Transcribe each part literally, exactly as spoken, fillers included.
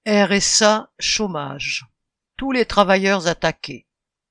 R S A chômage. Tous les travailleurs attaqués.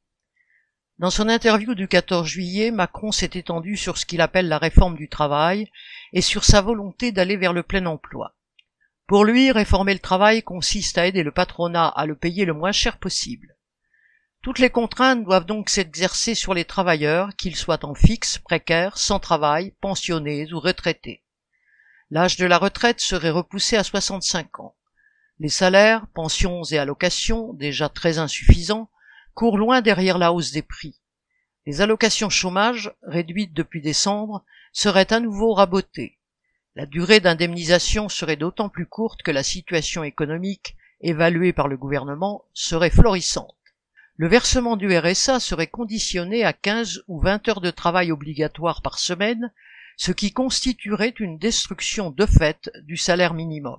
Dans son interview du quatorze juillet, Macron s'est étendu sur ce qu'il appelle la réforme du travail et sur sa volonté d'aller vers le plein emploi. Pour lui, réformer le travail consiste à aider le patronat à le payer le moins cher possible. Toutes les contraintes doivent donc s'exercer sur les travailleurs, qu'ils soient en fixe, précaires, sans travail, pensionnés ou retraités. L'âge de la retraite serait repoussé à soixante-cinq ans. Les salaires, pensions et allocations, déjà très insuffisants, courent loin derrière la hausse des prix. Les allocations chômage, réduites depuis décembre, seraient à nouveau rabotées. La durée d'indemnisation serait d'autant plus courte que la situation économique, évaluée par le gouvernement, serait florissante. Le versement du R S A serait conditionné à quinze ou vingt heures de travail obligatoire par semaine, ce qui constituerait une destruction de fait du salaire minimum.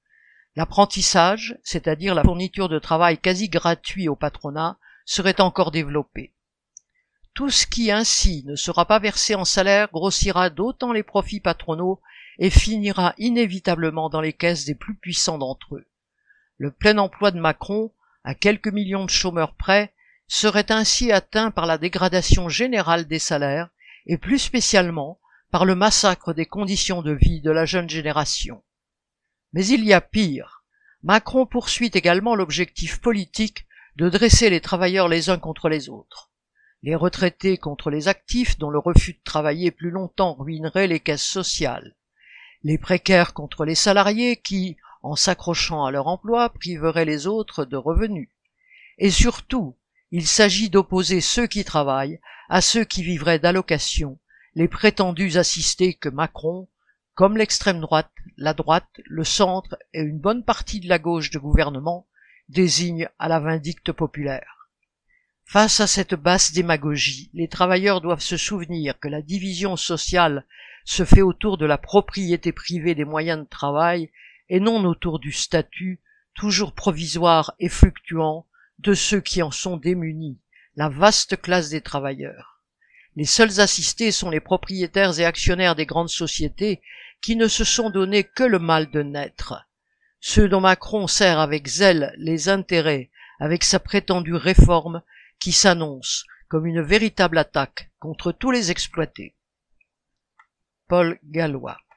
L'apprentissage, c'est-à-dire la fourniture de travail quasi gratuit au patronat, serait encore développé. Tout ce qui ainsi ne sera pas versé en salaire grossira d'autant les profits patronaux et finira inévitablement dans les caisses des plus puissants d'entre eux. Le plein emploi de Macron, à quelques millions de chômeurs près, serait ainsi atteint par la dégradation générale des salaires et plus spécialement par le massacre des conditions de vie de la jeune génération. Mais il y a pire. Macron poursuit également l'objectif politique de dresser les travailleurs les uns contre les autres. Les retraités contre les actifs dont le refus de travailler plus longtemps ruinerait les caisses sociales. Les précaires contre les salariés qui, en s'accrochant à leur emploi, priveraient les autres de revenus. Et surtout, il s'agit d'opposer ceux qui travaillent à ceux qui vivraient d'allocations, les prétendus assistés que Macron, comme l'extrême droite, la droite, le centre et une bonne partie de la gauche de gouvernement, désignent à la vindicte populaire. Face à cette basse démagogie, les travailleurs doivent se souvenir que la division sociale se fait autour de la propriété privée des moyens de travail et non autour du statut, toujours provisoire et fluctuant, de ceux qui en sont démunis, la vaste classe des travailleurs. Les seuls assistés sont les propriétaires et actionnaires des grandes sociétés qui ne se sont donné que le mal de naître. Ceux dont Macron sert avec zèle les intérêts, avec sa prétendue réforme qui s'annonce comme une véritable attaque contre tous les exploités. Paul Gallois.